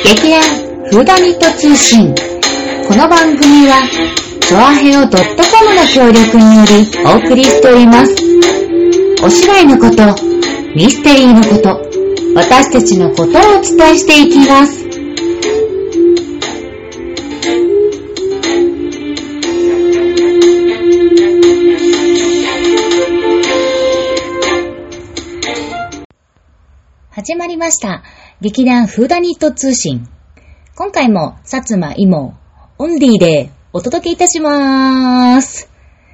劇団フーダニット通信。この番組はチョアヘオ .com の協力によりお送りしております。お芝居のこと、ミステリーのこと、私たちのことをお伝えしていきます。始まりました。劇団フーダニット通信。今回も薩摩いもオンリーでお届けいたします。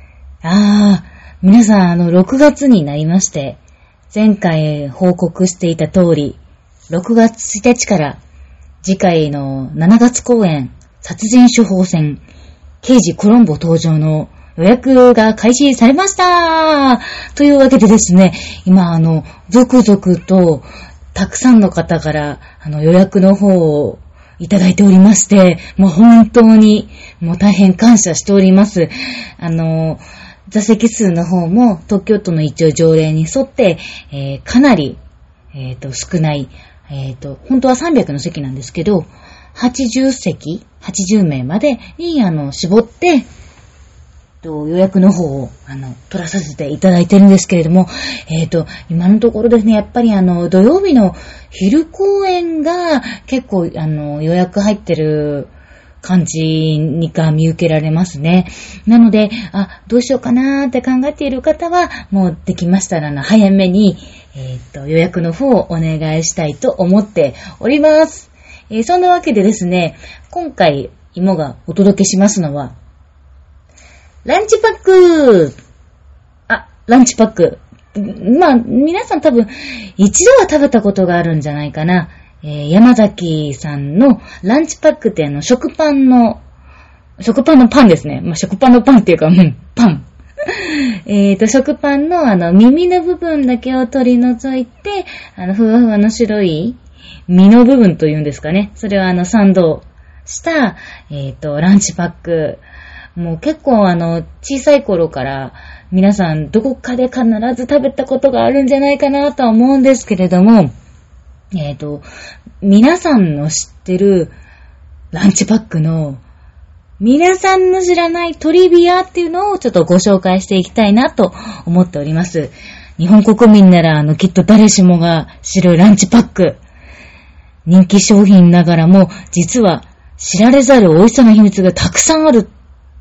皆さん6月になりまして、前回報告していた通り、6月1日から次回の7月公演、殺人処方箋、刑事コロンボ登場の予約が開始されました。というわけでですね、今続々とたくさんの方から予約の方をいただいておりまして、もう本当にもう大変感謝しております。座席数の方も東京都の一応条例に沿って、かなり、少ない、本当は300の席なんですけど、80席、80名までに絞って、予約の方を取らさせていただいてるんですけれども、今のところですね、やっぱり土曜日の昼公演が結構予約入ってる感じにか見受けられますね。なので、どうしようかなーって考えている方は、もうできましたら早めに、予約の方をお願いしたいと思っております。そんなわけでですね、今回芋がお届けしますのは、ランチパック。ランチパック。皆さん多分一度は食べたことがあるんじゃないかな。山崎さんのランチパックって食パンのパンですね。食パンのパンっていうか、パン。食パンの耳の部分だけを取り除いて、ふわふわの白い身の部分というんですかね。それをサンドした、ランチパック。もう結構小さい頃から皆さんどこかで必ず食べたことがあるんじゃないかなとは思うんですけれども、皆さんの知ってるランチパックの皆さんの知らないトリビアっていうのをちょっとご紹介していきたいなと思っております。日本国民ならきっと誰しもが知るランチパック。人気商品ながらも実は知られざる美味しさの秘密がたくさんある。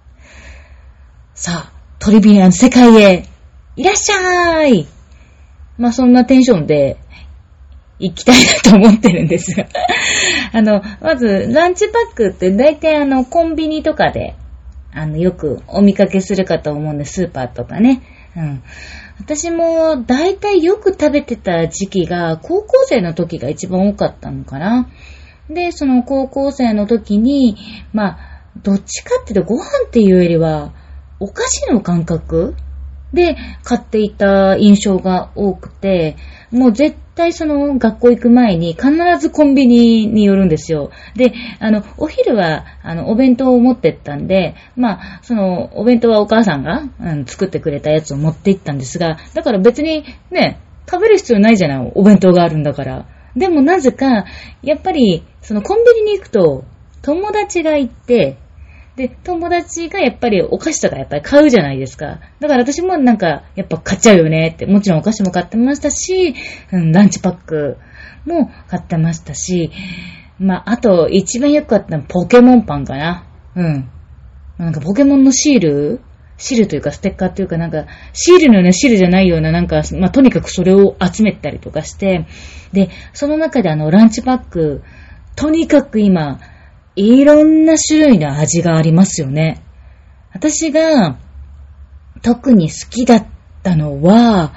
さあ、トリビアの世界へいらっしゃい。そんなテンションで行きたいなと思ってるんですがまずランチパックって大体コンビニとかでよくお見かけするかと思うんで、スーパーとかね。私も大体よく食べてた時期が高校生の時が一番多かったのかな。で、その高校生の時にどっちかっていうとご飯っていうよりはお菓子の感覚で買っていた印象が多くて、もう絶対その学校行く前に必ずコンビニに寄るんですよ。で、お昼はお弁当を持ってったんで、そのお弁当はお母さんが、作ってくれたやつを持って行ったんですが、だから別にね、食べる必要ないじゃない、お弁当があるんだから。でもなぜか、やっぱりそのコンビニに行くと友達が行って、で、友達がやっぱりお菓子とかやっぱり買うじゃないですか。だから私もやっぱ買っちゃうよねって。もちろんお菓子も買ってましたし、ランチパックも買ってましたし、あと一番よく買ったのはポケモンパンかな。ポケモンのシールというかステッカーというかシールのようなシールじゃないようなとにかくそれを集めたりとかして、で、その中でランチパック、とにかく今、いろんな種類の味がありますよね。私が特に好きだったのは、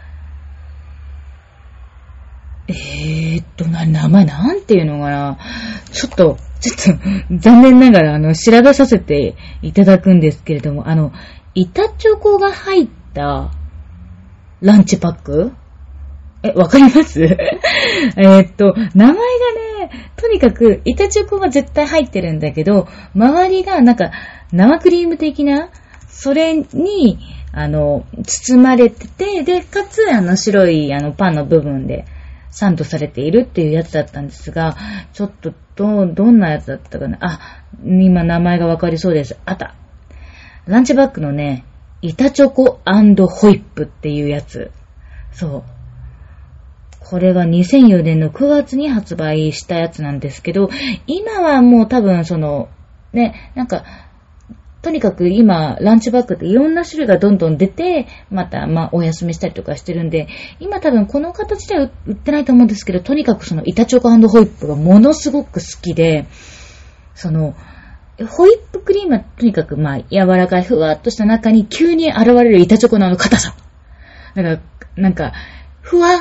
名前なんていうのかな。ちょっと残念ながら調べさせていただくんですけれども、板チョコが入ったランチパック？わかります名前がね、とにかく板チョコは絶対入ってるんだけど、周りが生クリーム的な、それに包まれてて、でかつ白いパンの部分でサンドされているっていうやつだったんですが、ちょっとどんなやつだったかな。今名前がわかりそうです。あった。ランチバッグのね、板チョコ&ホイップっていうやつ。そう。これが2004年の9月に発売したやつなんですけど、今はもう多分とにかく今、ランチバッグっていろんな種類がどんどん出て、また、お休みしたりとかしてるんで、今多分この形では売ってないと思うんですけど、とにかくその板チョコ&ホイップがものすごく好きで、ホイップクリームはとにかく柔らかいふわっとした中に急に現れる板チョコの硬さ。ふわ、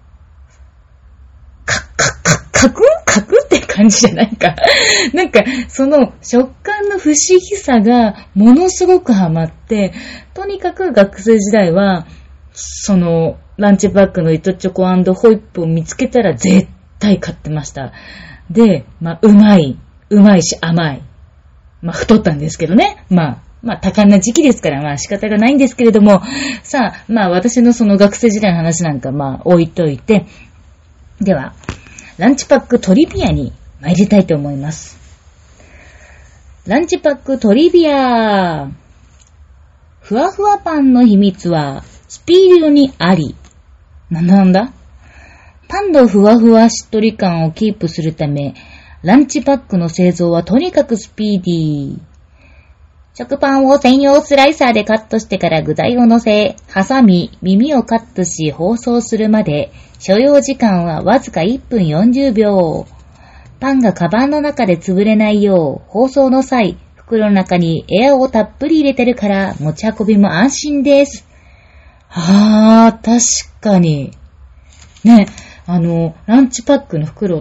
カクって感じじゃないか。その食感の不思議さがものすごくハマって、とにかく学生時代は、そのランチバッグの板チョコ&ホイップを見つけたら絶対買ってました。で、うまいし甘い。太ったんですけどね。多感な時期ですから、仕方がないんですけれども、さあ、私のその学生時代の話なんか、置いといて、では、ランチパックトリビアに参りたいと思います。ランチパックトリビア。ふわふわパンの秘密は、スピードにあり。なんだパンのふわふわしっとり感をキープするため、ランチパックの製造はとにかくスピーディー。食パンを専用スライサーでカットしてから具材を乗せ、ハサミ、耳をカットし包装するまで、所要時間はわずか1分40秒。パンがカバンの中で潰れないよう、包装の際、袋の中にエアをたっぷり入れてるから持ち運びも安心です。確かに。ね、ランチパックの袋って、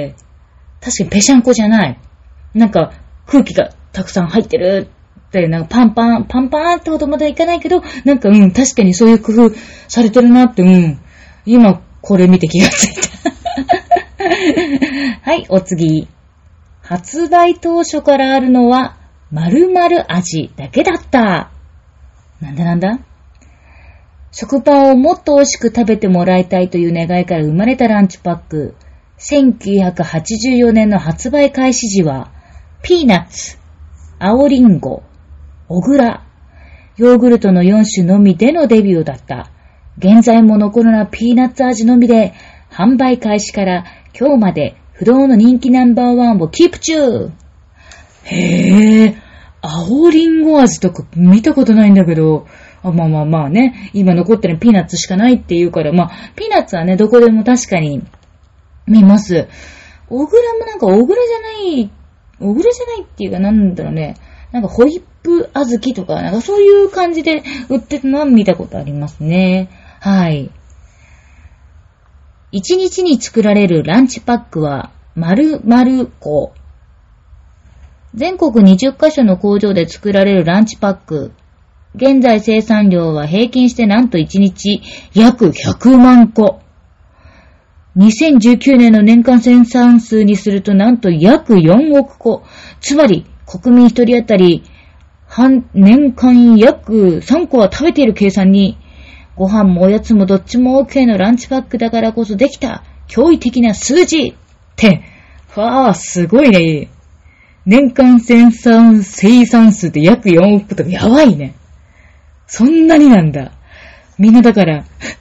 確かにぺしゃんこじゃない。空気がたくさん入ってるって、パンパンってほどまではいかないけど、確かにそういう工夫されてるなって、今これ見て気がついた。はい、お次。発売当初からあるのは、〇〇味だけだった。なんだ食パンをもっと美味しく食べてもらいたいという願いから生まれたランチパック。1984年の発売開始時は、ピーナッツ、青リンゴ、小倉、ヨーグルトの4種のみでのデビューだった。現在も残るのはピーナッツ味のみで、販売開始から今日まで不動の人気ナンバーワンをキープ中。青リンゴ味とか見たことないんだけど、ね、今残ってるピーナッツしかないっていうから、ピーナッツはね、どこでも確かに見ます。小倉も小倉じゃないっていうかホイップ小豆とか、そういう感じで売ってるのは見たことありますね。はい。1日に作られるランチパックは〇〇個。全国20カ所の工場で作られるランチパック。現在生産量は平均してなんと1日約100万個。2019年の年間生産数にするとなんと約4億個。つまり国民1人当たり年間約3個は食べている計算に、ご飯もおやつもどっちも OK のランチパックだからこそできた驚異的な数字って、すごいね。年間生産数って約4億個とかやばいね。そんなになんだ。みんなだから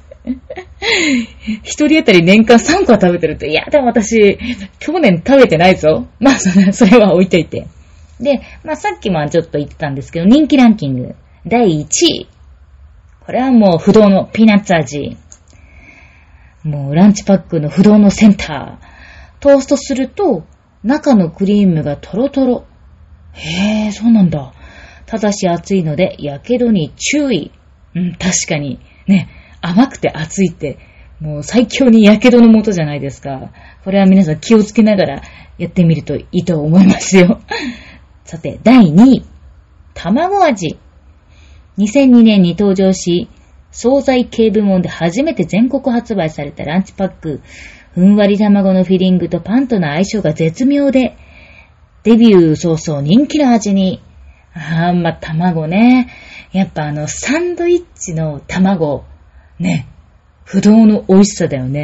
一人当たり年間3個は食べてるって。いや、でも私去年食べてないぞ。それは置いといて。で、さっきもちょっと言ってたんですけど、人気ランキング第1位。これはもう不動のピーナッツ味。もうランチパックの不動のセンター。トーストすると中のクリームがトロトロ。そうなんだ。ただし熱いので火傷に注意。確かにね、甘くて熱いってもう最強に火傷のもとじゃないですか。これは皆さん気をつけながらやってみるといいと思いますよ。さて、第2位。卵味。2002年に登場し、惣菜系部門で初めて全国発売されたランチパック。ふんわり卵のフィリングとパンとの相性が絶妙で、デビュー早々人気の味に。卵ね。やっぱサンドイッチの卵、ね、不動の美味しさだよね。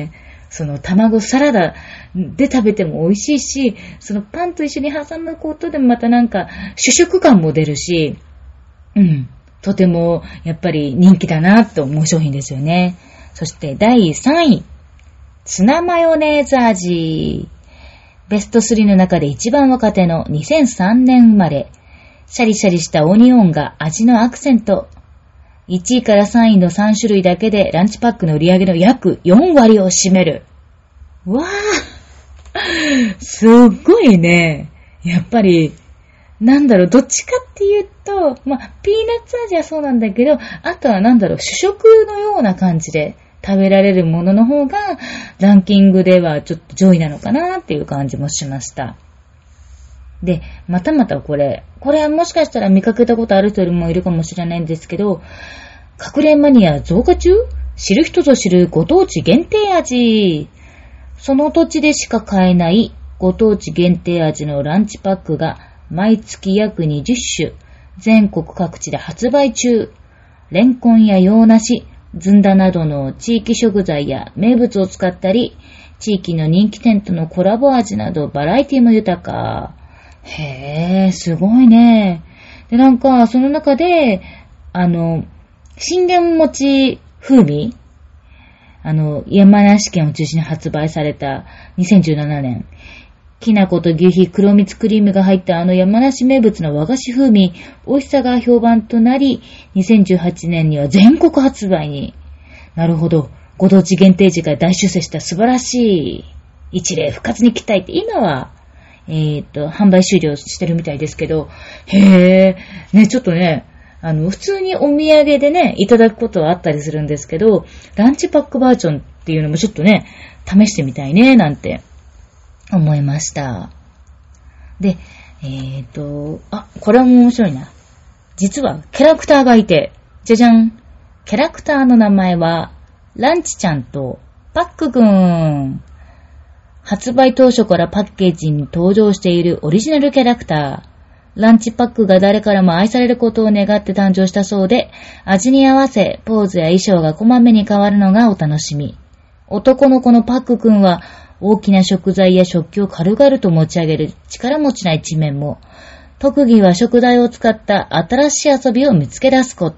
その卵サラダで食べても美味しいし、そのパンと一緒に挟むことでまたなんか主食感も出るし、とてもやっぱり人気だなと思う商品ですよね。そして第3位、ツナマヨネーズ味。ベスト3の中で一番若手の2003年生まれ、シャリシャリしたオニオンが味のアクセント。1位から3位の3種類だけでランチパックの売り上げの約4割を占める。わー、すっごいね。やっぱり、どっちかっていうと、ピーナッツ味はそうなんだけど、あとは主食のような感じで食べられるものの方が、ランキングではちょっと上位なのかなっていう感じもしました。で、またこれはもしかしたら見かけたことある人もいるかもしれないんですけど、隠れマニア増加中？知る人ぞ知るご当地限定味。その土地でしか買えないご当地限定味のランチパックが毎月約20種、全国各地で発売中。レンコンや洋梨、ずんだなどの地域食材や名物を使ったり、地域の人気店とのコラボ味などバラエティも豊か。へー、すごいね。で、その中で、信玄餅風味山梨県を中心に発売された2017年、きな粉と牛皮黒蜜クリームが入った山梨名物の和菓子風味、美味しさが評判となり、2018年には全国発売に。なるほど。ご当地限定時が大出世した素晴らしい一例復活に期待って、今は、販売終了してるみたいですけど、ね、ちょっとね、普通にお土産でね、いただくことはあったりするんですけど、ランチパックバージョンっていうのもちょっとね、試してみたいね、なんて思いました。で、これは面白いな。実はキャラクターがいて、じゃじゃん。キャラクターの名前は、ランチちゃんとパックくん。発売当初からパッケージに登場しているオリジナルキャラクター。ランチパックが誰からも愛されることを願って誕生したそうで、味に合わせ、ポーズや衣装がこまめに変わるのがお楽しみ。男の子のパックくんは、大きな食材や食器を軽々と持ち上げる力持ちな一面も、特技は食材を使った新しい遊びを見つけ出すこと。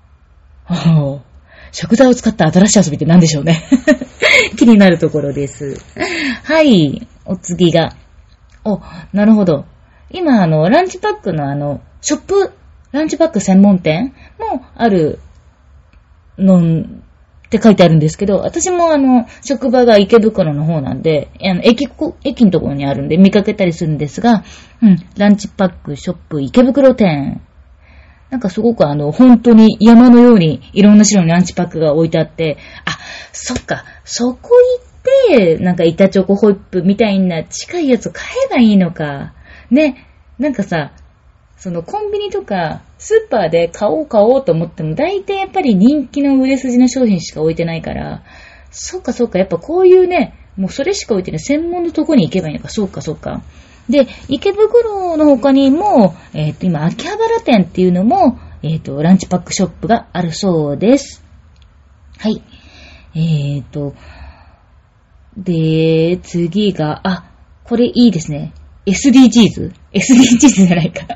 食材を使った新しい遊びって何でしょうね。気になるところです。はい、お次が。なるほど。今、ランチパックのショップ、ランチパック専門店もあるのって書いてあるんですけど、私も職場が池袋の方なんで、駅のところにあるんで見かけたりするんですが、ランチパックショップ池袋店。すごく本当に山のようにいろんな種類のランチパックが置いてあって、そっか、そこ行って、板チョコホイップみたいな近いやつを買えばいいのか。ね、そのコンビニとかスーパーで買おうと思っても大体やっぱり人気の売れ筋の商品しか置いてないから、そっか、やっぱこういうね、もうそれしか置いてない専門のとこに行けばいいのか、そうか。で、池袋の他にも、今秋葉原店っていうのも、ランチパックショップがあるそうです。はい。で、次が、これいいですね。SDGs じゃないか。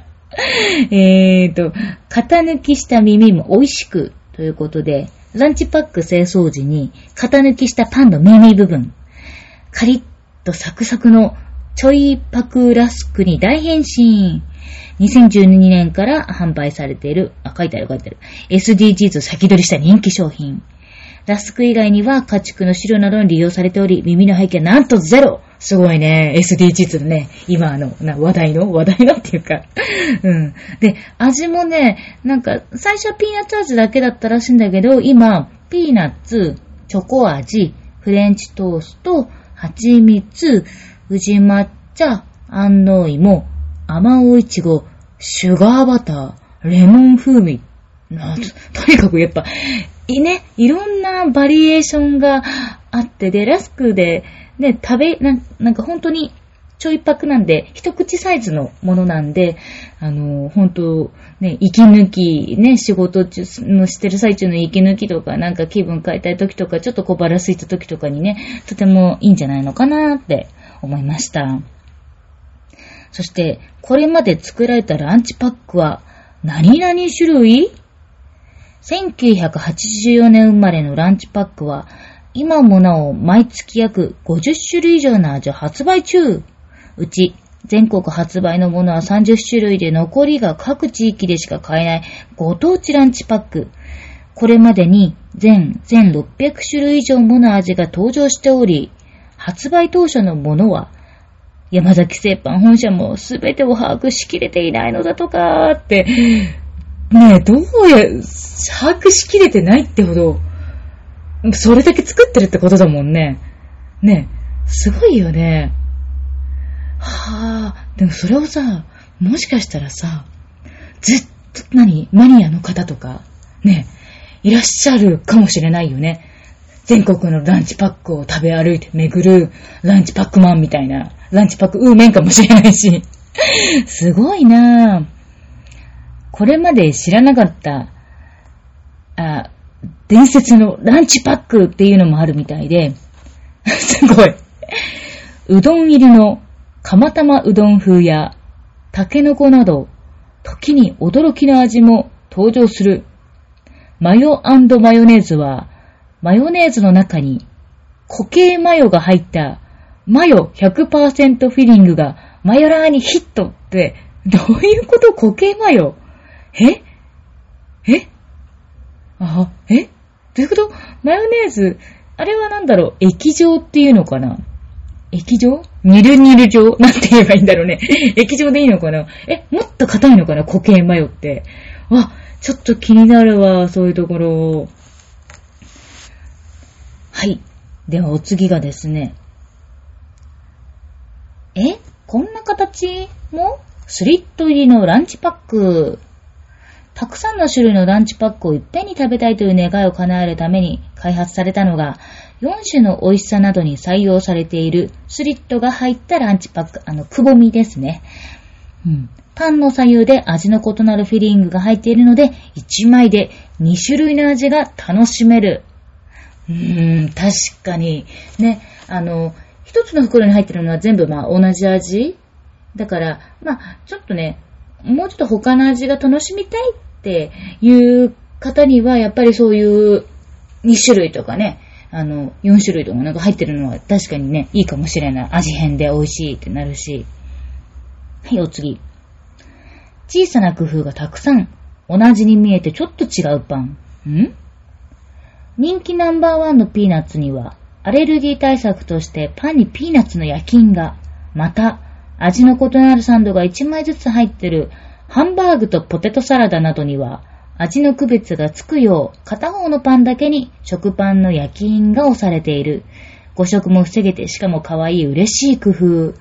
型抜きした耳も美味しくということで、ランチパック清掃時に型抜きしたパンの耳部分、カリッとサクサクのちょいパクラスクに大変身。2012年から販売されている、書いてある。SDGs を先取りした人気商品。ラスク以外には家畜の飼料などに利用されており、耳の背景なんとゼロ。すごいね。SDGs のね、今話題のっていうか。で、味もね、最初はピーナッツ味だけだったらしいんだけど、今、ピーナッツ、チョコ味、フレンチトースト、蜂蜜、宇治抹茶、安納芋、甘おいちご、シュガーバター、レモン風味。とにかくやっぱ、いろんなバリエーションがあって、で、ラスクで、ね、本当にちょいパックなんで、一口サイズのものなんで、本当ね、息抜き、ね、仕事のしてる最中の息抜きとか、なんか気分変えたい時とか、ちょっと小腹空いた時とかにね、とてもいいんじゃないのかなって思いました。そして、これまで作られたランチパックは、何々種類？ 1984 年生まれのランチパックは、今もなお毎月約50種類以上の味を発売中。うち、全国発売のものは30種類で残りが各地域でしか買えないご当地ランチパック。これまでに全1600種類以上もの味が登場しており、発売当初のものは、山崎製パン本社も全てを把握しきれていないのだとかって、ねえ、どうや、把握しきれてないってほど、それだけ作ってるってことだもんね。ねえ、すごいよね。はぁ、でもそれをさ、もしかしたらさ、ずっとマニアの方とか、ね、いらっしゃるかもしれないよね。全国のランチパックを食べ歩いて巡るランチパックマンみたいな、ランチパックウーメンかもしれないし。すごいなぁ。これまで知らなかった、伝説のランチパックっていうのもあるみたいで、すごい。うどん入りの釜玉うどん風やタケノコなど、時に驚きの味も登場する。マヨ&マヨネーズは、マヨネーズの中に固形マヨが入ったマヨ 100% フィリングがマヨラーにヒットって、どういうこと？固形マヨ？どういうこと？マヨネーズ、あれはなんだろう、液状っていうのかな？液状？ニルニル状？なんて言えばいいんだろうね。液状でいいのかな？もっと硬いのかな？固形マヨって。ちょっと気になるわ、そういうところ。はい。ではお次がですね。こんな形も？スリット入りのランチパック。たくさんの種類のランチパックをいっぺんに食べたいという願いを叶えるために開発されたのが、4種の美味しさなどに採用されているスリットが入ったランチパック、くぼみですね。パンの左右で味の異なるフィリングが入っているので、1枚で2種類の味が楽しめる。確かに。ね、一つの袋に入っているのは全部同じ味だから、ちょっとね、もうちょっと他の味が楽しみたいっていう方には、やっぱりそういう2種類とかね、4種類とかなんか入ってるのは確かにね、いいかもしれない。味変で美味しいってなるし。はい、お次。小さな工夫がたくさん。同じに見えてちょっと違うパン。人気ナンバーワンのピーナッツには、アレルギー対策としてパンにピーナッツの焼き印が、また、味の異なるサンドが1枚ずつ入ってるハンバーグとポテトサラダなどには、味の区別がつくよう、片方のパンだけに食パンの焼き印が押されている。誤食も防げて、しかも可愛い嬉しい工夫。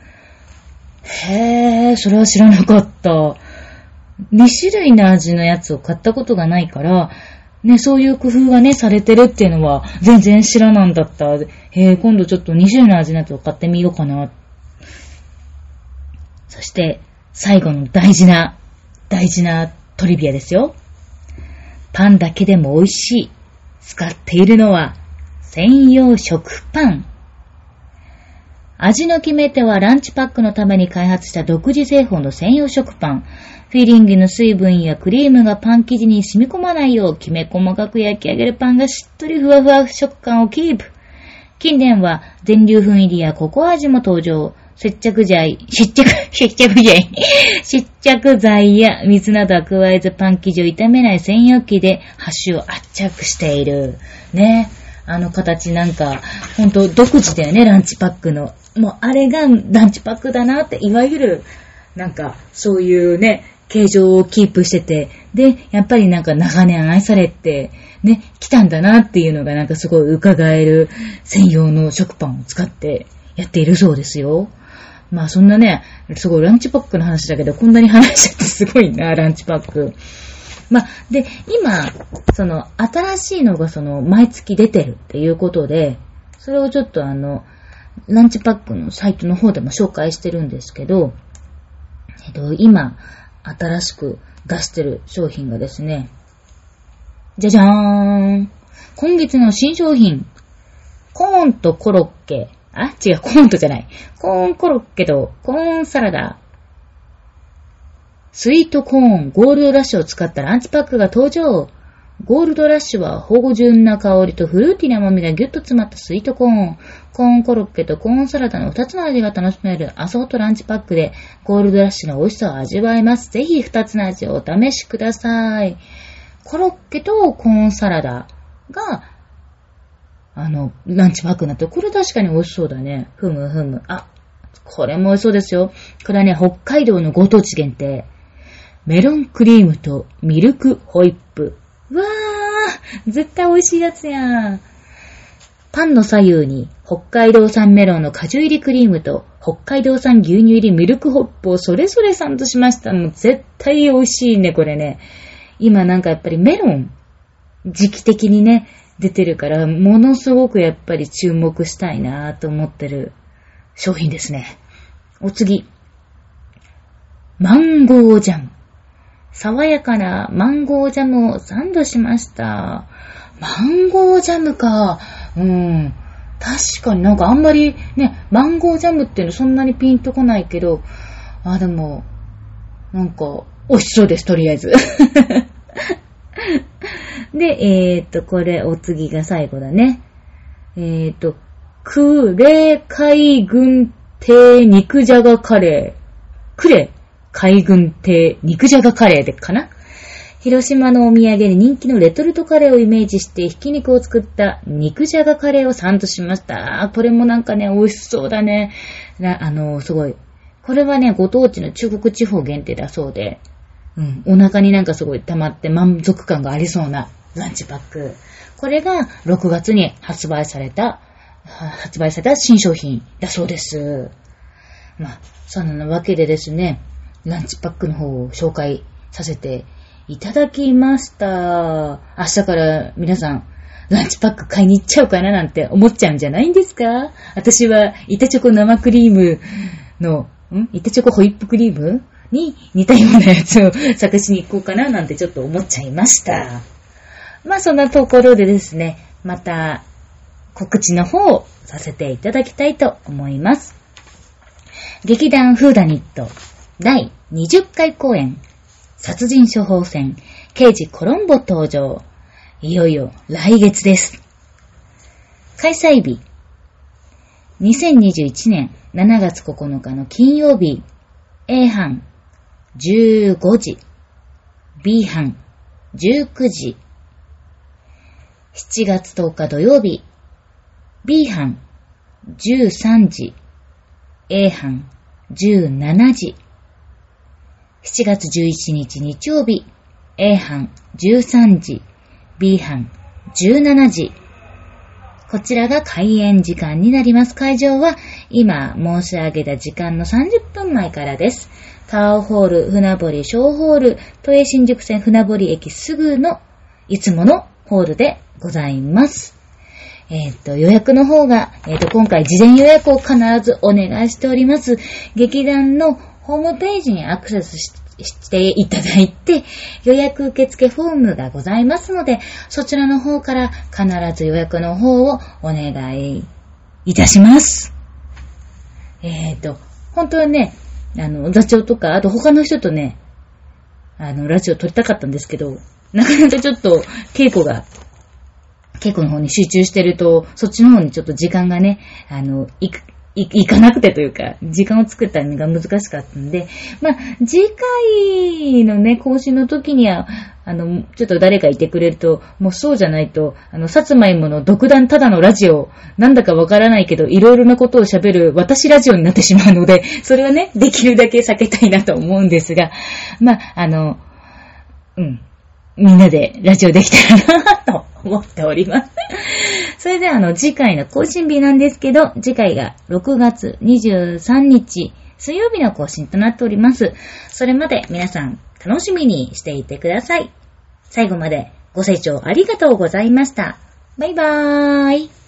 それは知らなかった。2種類の味のやつを買ったことがないから、ね、そういう工夫がね、されてるっていうのは全然知らなんだった。今度ちょっと2種類の味のやつを買ってみようかな。そして、最後の大事なトリビアですよ。パンだけでも美味しい。使っているのは、専用食パン。味の決め手はランチパックのために開発した独自製法の専用食パン。フィリングの水分やクリームがパン生地に染み込まないようきめ細かく焼き上げるパンがしっとりふわふわ食感をキープ。近年は全粒粉入りやココア味も登場。接着剤や水などは加えずパン生地を傷めない専用機で端を圧着している。ね。形なんか、ほんと独自だよね、ランチパックの。もうあれがランチパックだなって、いわゆる、なんか、そういうね、形状をキープしてて、で、やっぱりなんか長年愛されて、ね、来たんだなっていうのがなんかすごい伺える専用の食パンを使ってやっているそうですよ。そんなね、すごいランチパックの話だけど、こんなに話しちゃってすごいな、ランチパック。で、今、新しいのが毎月出てるっていうことで、それをちょっとランチパックのサイトの方でも紹介してるんですけど、今、新しく出してる商品がですね、じゃじゃーん。今月の新商品、コーンとコロッケ、違う、コーンとじゃない。コーンコロッケとコーンサラダ。スイートコーン、ゴールドラッシュを使ったランチパックが登場。ゴールドラッシュは芳醇な香りとフルーティーな甘みがギュッと詰まったスイートコーン。コーンコロッケとコーンサラダの2つの味が楽しめるアソートランチパックでゴールドラッシュの美味しさを味わえます。ぜひ2つの味をお試しください。コロッケとコーンサラダが、ランチパックになってる。これ確かに美味しそうだね。ふむふむ。これも美味しそうですよ。これはね、北海道のご当地限定。メロンクリームとミルクホイップ。わー、絶対美味しいやつやん。パンの左右に北海道産メロンの果汁入りクリームと北海道産牛乳入りミルクホップをそれぞれサンドしました。もう絶対美味しいね、これね。今なんかやっぱりメロン、時期的にね、出てるから、ものすごくやっぱり注目したいなと思ってる商品ですね。お次。マンゴージャム。爽やかなマンゴージャムをサンドしました。マンゴージャムか。確かになんかあんまりね、マンゴージャムっていうのそんなにピンとこないけど、でも、なんか、美味しそうです、とりあえず。で、これ、お次が最後だね。クレ海軍亭肉じゃがカレー。クレ海軍亭肉じゃがカレーでかな。広島のお土産で人気のレトルトカレーをイメージしてひき肉を作った肉じゃがカレーをサンドしました。これもなんかね、美味しそうだね。すごい。これはね、ご当地の中国地方限定だそうで、お腹になんかすごい溜まって満足感がありそうなランチパック。これが6月に発売された新商品だそうです。そんなわけでですね、ランチパックの方を紹介させていただきました。明日から皆さん、ランチパック買いに行っちゃおうかななんて思っちゃうんじゃないんですか？私は板チョコ生クリームの、板チョコホイップクリームに似たようなやつを探しに行こうかななんてちょっと思っちゃいました。そんなところでですね、また告知の方をさせていただきたいと思います。劇団フーダニット第20回公演殺人処方箋刑事コロンボ登場。いよいよ来月です。開催日2021年7月9日の金曜日 A 班15時 B 班19時7月10日土曜日 B 班13時 A 班17時7月11日日曜日 A 班13時 B 班17時。こちらが開演時間になります。会場は今申し上げた時間の30分前からです。タワーホール、船堀小ホール、都営新宿線船堀駅すぐのいつものホールでございます。予約の方が、今回事前予約を必ずお願いしております。劇団のホームページにアクセスしていただいて、予約受付フォームがございますので、そちらの方から必ず予約の方をお願いいたします。本当はね、座長とか、あと他の人とね、ラジオ撮りたかったんですけど、なかなかちょっと稽古の方に集中してると、そっちの方にちょっと時間がね、行かなくてというか、時間を作ったのが難しかったんで、次回のね、更新の時には、ちょっと誰かいてくれると、もうそうじゃないと、さつまいもの独断ただのラジオ、なんだかわからないけど、いろいろなことを喋る私ラジオになってしまうので、それはね、できるだけ避けたいなと思うんですが、みんなでラジオできたらなと思っております。それでは次回の更新日なんですけど、次回が6月23日水曜日の更新となっております。それまで皆さん楽しみにしていてください。最後までご清聴ありがとうございました。バイバーイ。